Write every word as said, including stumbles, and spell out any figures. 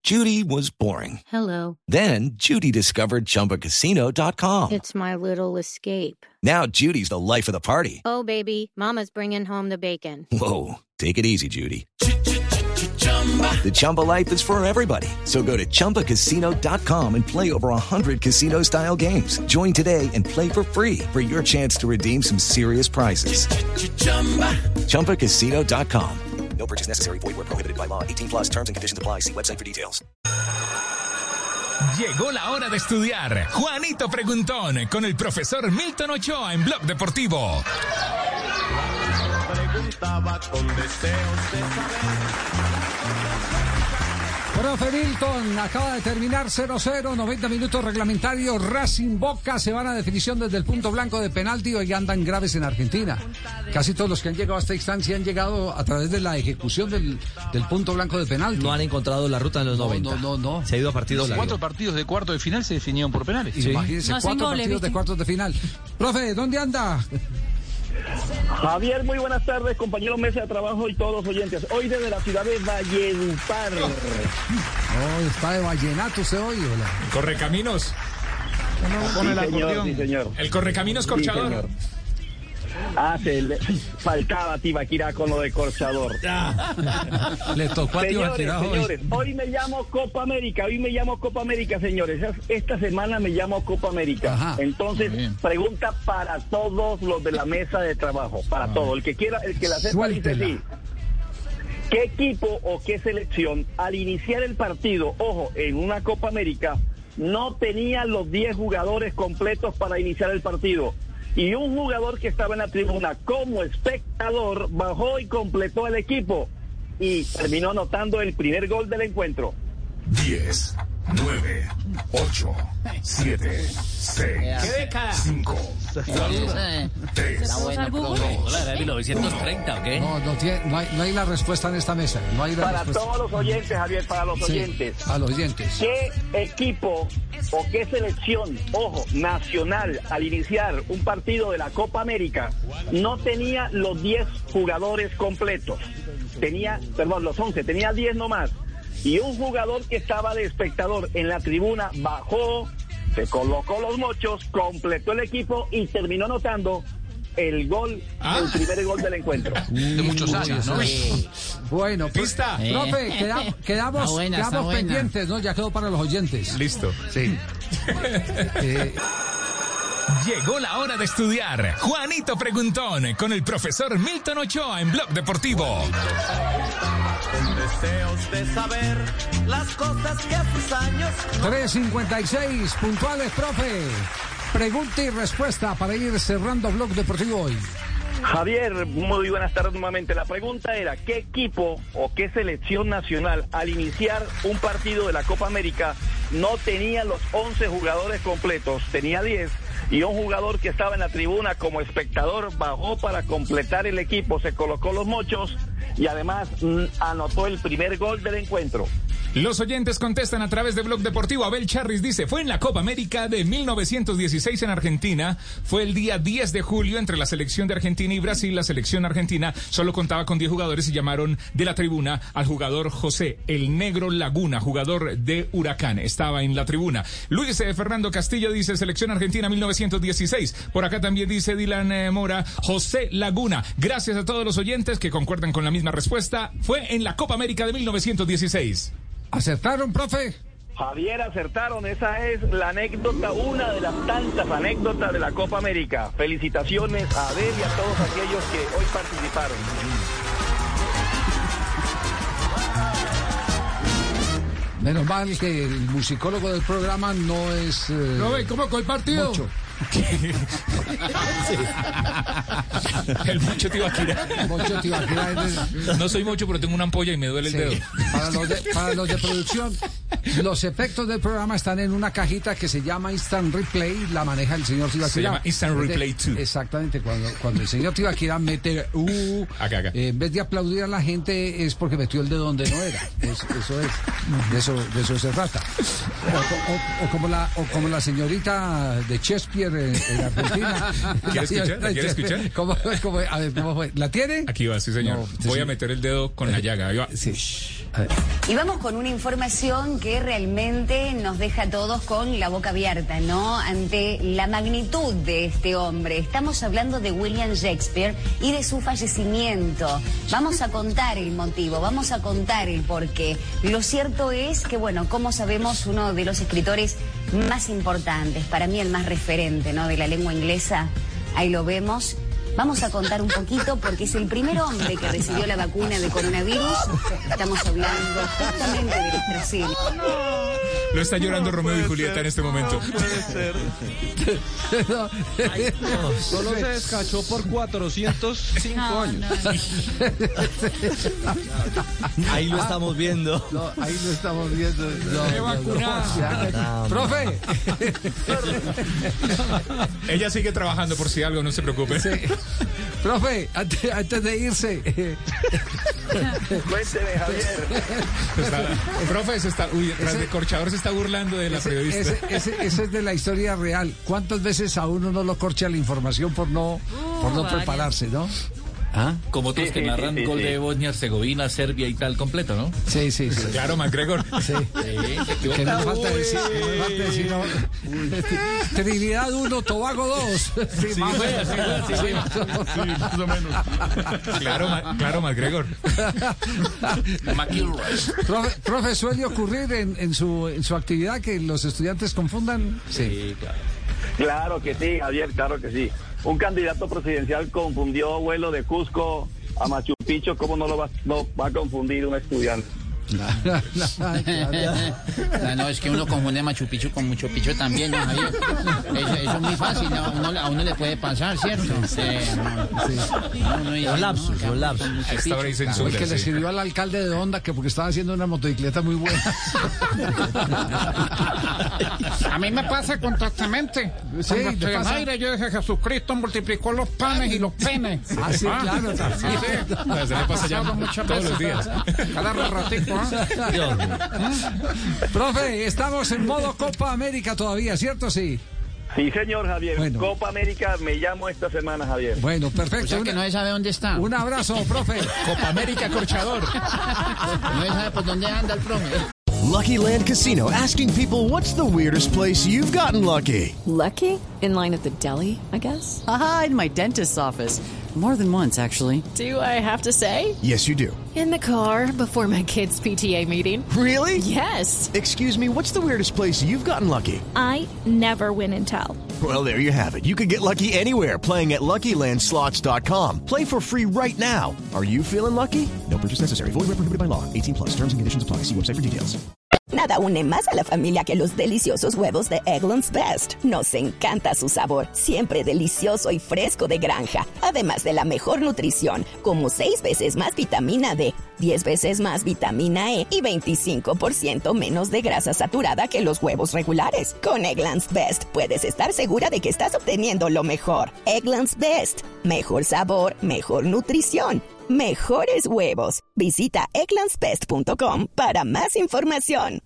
Judy was boring. Hello. Then Judy discovered Chumba Casino dot com. It's my little escape. Now Judy's the life of the party. Oh, baby, mama's bringing home the bacon. Whoa, take it easy, Judy. The Chumba life is for everybody. So go to Chumba Casino dot com and play over one hundred casino-style games. Join today and play for free for your chance to redeem some serious prizes. Chumba Casino dot com. No purchase necessary. Void where prohibited by law. eighteen plus terms and conditions apply. See website for details. Llegó la hora de estudiar. Juanito Preguntón con el profesor Milton Ochoa en Blog Deportivo. Preguntaba con deseos de saber. Profe Milton, acaba de terminar cero cero, noventa minutos reglamentarios. Racing Boca se van a definición desde el punto blanco de penalti. Hoy andan graves en Argentina. Casi todos los que han llegado a esta instancia han llegado a través de la ejecución del, del punto blanco de penalti. No han encontrado la ruta en los no, noventa. No, no, no. Se ha ido a partidos largos. Cuatro partidos de cuarto de final se definieron por penales. Sí. Imagínense, no, cuatro goles, partidos ¿viste? de cuartos de final. Profe, ¿dónde anda? Javier, muy buenas tardes, compañeros mesa de trabajo y todos los oyentes. Hoy desde la ciudad de Valledupar. Oh, está de vallenato usted hoy, hola. Correcaminos. Sí, señor, sí, señor. El Correcaminos Corchador. Sí, ah, se le faltaba a Tibaquirá con lo de corchador. Le tocó a Señores, Tibaquirá hoy. señores, hoy me llamo Copa América, hoy me llamo Copa América, señores. Esta semana me llamo Copa América. Ajá. Entonces, pregunta para todos los de la mesa de trabajo, para todo. El que quiera, el que la sepa dice sí. ¿Qué equipo o qué selección al iniciar el partido, ojo, en una Copa América, no tenía los diez jugadores completos para iniciar el partido? Y un jugador que estaba en la tribuna como espectador bajó y completó el equipo y terminó anotando el primer gol del encuentro. diez, nueve, ocho, siete, seis, cinco, cuatro, tres, dos. ¿mil novecientos treinta o qué? No, no, tiene, no, hay, no hay la respuesta en esta mesa. No hay la Para respuesta. todos los oyentes, Javier, para los Sí, oyentes. a los oyentes. ¿Qué equipo o qué selección, ojo, nacional, al iniciar un partido de la Copa América, no tenía los diez jugadores completos? Tenía, perdón, los once, tenía diez nomás. Y un jugador que estaba de espectador en la tribuna bajó, se colocó los mochos, completó el equipo y terminó anotando el gol, ¿Ah? el primer gol del encuentro. De muchos años, ¿no? Bueno, pues, Pista. profe, queda- quedamos, Está buena, quedamos está buena. pendientes, ¿no? Ya quedó para los oyentes. Listo. Sí. Eh, Llegó la hora de estudiar. Juanito Preguntón con el profesor Milton Ochoa en Blog Deportivo. Con deseos de saber las cosas que a sus años tres cincuenta y seis, puntuales, profe. Pregunta y respuesta para ir cerrando Blog Deportivo hoy. Javier, muy buenas tardes nuevamente. La pregunta era, ¿qué equipo o qué selección nacional al iniciar un partido de la Copa América no tenía los once jugadores completos? Tenía diez y un jugador que estaba en la tribuna como espectador bajó para completar el equipo, se colocó los mochos y además mm, anotó el primer gol del encuentro. Los oyentes contestan a través de Blog Deportivo. Abel Charris dice, fue en la Copa América de mil novecientos dieciséis en Argentina. Fue el día diez de julio entre la selección de Argentina y Brasil. La selección argentina solo contaba con diez jugadores y llamaron de la tribuna al jugador José, el Negro Laguna, jugador de Huracán. Estaba en la tribuna. Luis eh, Fernando Castillo dice, selección argentina mil novecientos dieciséis. Por acá también dice Dylan eh, Mora, José Laguna. Gracias a todos los oyentes que concuerdan con la misma respuesta. Fue en la Copa América de mil novecientos dieciséis. ¿Acertaron, profe? Javier, acertaron, esa es la anécdota, una de las tantas anécdotas de la Copa América. Felicitaciones a Abel y a todos aquellos que hoy participaron. Menos mal que el musicólogo del programa no es... Eh, Profe, ¿cómo con el partido? Mocho. El Mocho Tibaquirá. Mocho Tibaquirá es- No soy Mocho, pero tengo una ampolla y me duele el Sí. dedo. Para los, de, para los de producción, los efectos del programa están en una cajita que se llama Instant Replay, la maneja el señor Tibaquirá. Se llama Instant Es de- Replay dos. Exactamente, cuando, cuando el señor Tibaquirá mete uh, Acá, acá. eh, en vez de aplaudir a la gente es porque metió el dedo donde no era. Es- eso es, de eso, de eso se trata. O, o- o como la, o como la señorita de Shakespeare en, en Argentina. ¿Quiere escuchar? ¿La quiere escuchar? ¿Cómo, cómo- a ver, ¿cómo fue? ¿La tiene? Aquí va, sí señor. No, Voy sí. a meter el dedo con la llaga. Ahí va. Sí. Y vamos con una información que realmente nos deja a todos con la boca abierta, ¿no? Ante la magnitud de este hombre. Estamos hablando de William Shakespeare y de su fallecimiento. Vamos a contar el motivo, vamos a contar el porqué. Lo cierto es que, bueno, como sabemos, uno de los escritores más importantes, para mí el más referente, ¿no?, de la lengua inglesa, ahí lo vemos. Vamos a contar un poquito porque es el primer hombre que recibió la vacuna de coronavirus. Estamos hablando justamente de Brasil. Lo está llorando no, Romeo y Julieta ser, en este momento. No puede ser. no, Ay, no. Solo se descachó por cuatrocientos cinco no, años. No. Ahí lo estamos viendo. No, ahí lo estamos viendo. No, ¡Qué vacuna! No, ¡Profe! Ella sigue trabajando por si algo, no se preocupe. Sí. Profe, antes, antes de irse. Cuénteme, Javier. Está, profe, se está, uy, ese, de Corchador se está burlando de la ese, periodista. Ese, ese, ese es de la historia real. ¿Cuántas veces a uno no lo corcha la información por no, uh, por no vaya. prepararse, no? ¿Ah? Como otros sí, que sí, narran sí, sí, gol sí. de Bosnia, Herzegovina, Serbia y tal completo, ¿no? Sí, sí, sí. Claro, McGregor. Sí. Sí, que no falta decir, que no falta decir no. Trinidad uno, Tobago dos. Sí, sí, más o menos. Sí, sí, sí, más o menos. Claro, ma, claro, McGregor. profe, profe, ¿suele ocurrir en, en, su, en su actividad que los estudiantes confundan? Sí, sí, claro. Claro que sí, Javier, claro que sí. Un candidato presidencial confundió vuelo de Cusco a Machu Picchu. ¿Cómo no lo va, no va a confundir un estudiante? No, no, es que uno confunde Machu Picchu con Mucho Picchu también, ¿no, Javier? Eso, eso es muy fácil, a uno, a uno le puede pasar, ¿cierto? Sí, no, sí. No, no, un lapsus, un lapsus. Esta hora dicen el que sí. le sirvió al alcalde de Honda que porque estaba haciendo una motocicleta muy buena. A mí me pasa constantemente. Sí, Cuando estoy en aire, yo dije Jesucristo multiplicó los panes y los penes. Ah, sí, ¿Ah? claro. Sí, sí. Sí. Se me pasa ya muchas todos veces, los días. Cada ratico. Profe, estamos en modo Copa América todavía, ¿cierto? Sí. Sí, señor Javier. Bueno. Copa América me llamo esta semana, Javier. Bueno, perfecto. O sea que no se sabe dónde está. Un abrazo, profe. Copa América Corchador. No se sabe por dónde anda el profe. Lucky Land Casino, asking people, what's the weirdest place you've gotten lucky? Lucky? In line at the deli, I guess? Aha, in my dentist's office. More than once, actually. Do I have to say? Yes, you do. In the car before my kids' P T A meeting. Really? Yes. Excuse me, what's the weirdest place you've gotten lucky? I never win and tell. Well, there you have it. You can get lucky anywhere, playing at Lucky Land Slots dot com. Play for free right now. Are you feeling lucky? No purchase necessary. Void where prohibited by law. eighteen plus. Terms and conditions apply. See website for details. Nada une más a la familia que los deliciosos huevos de Eggland's Best. Nos encanta su sabor, siempre delicioso y fresco de granja. Además de la mejor nutrición, como seis veces más vitamina D, diez veces más vitamina E y veinticinco por ciento menos de grasa saturada que los huevos regulares. Con Eggland's Best puedes estar segura de que estás obteniendo lo mejor. Eggland's Best. Mejor sabor, mejor nutrición. Mejores huevos. Visita egglands best punto com para más información.